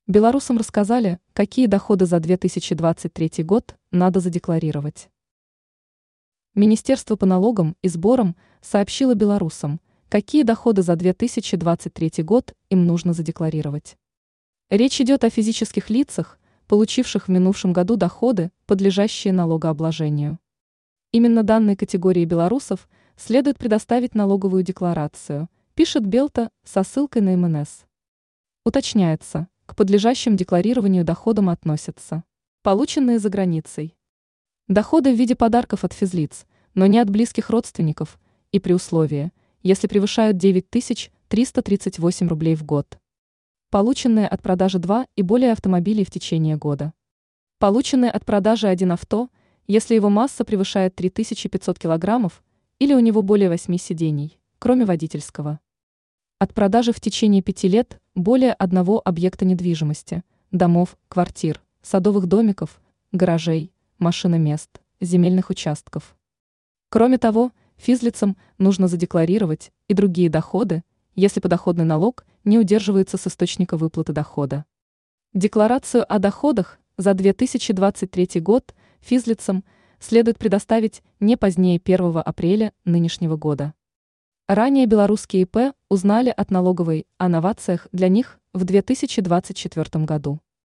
Белорусам рассказали, какие доходы за 2023 год надо задекларировать. Министерство по налогам и сборам сообщило белорусам, какие доходы за 2023 год им нужно задекларировать. Речь идет о физических лицах, получивших в минувшем году доходы, подлежащие налогообложению. Именно данной категории белорусов следует предоставить налоговую декларацию, пишет Белта со ссылкой на МНС. Уточняется, к подлежащим декларированию доходам относятся полученные за границей доходы в виде подарков от физлиц, но не от близких родственников, и при условии, если превышают 9338 рублей в год. Полученные от продажи 2 и более автомобилей в течение года. Полученные от продажи 1 авто, если его масса превышает 3500 килограммов или у него более 8 сидений, кроме водительского. От продажи в течение 5 лет более одного объекта недвижимости, домов, квартир, садовых домиков, гаражей, машиномест, земельных участков. Кроме того, физлицам нужно задекларировать и другие доходы, если подоходный налог не удерживается с источника выплаты дохода. Декларацию о доходах за 2023 год физлицам следует предоставить не позднее 1 апреля нынешнего года. Ранее белорусские ИП узнали от налоговой о новациях для них в 2024 году.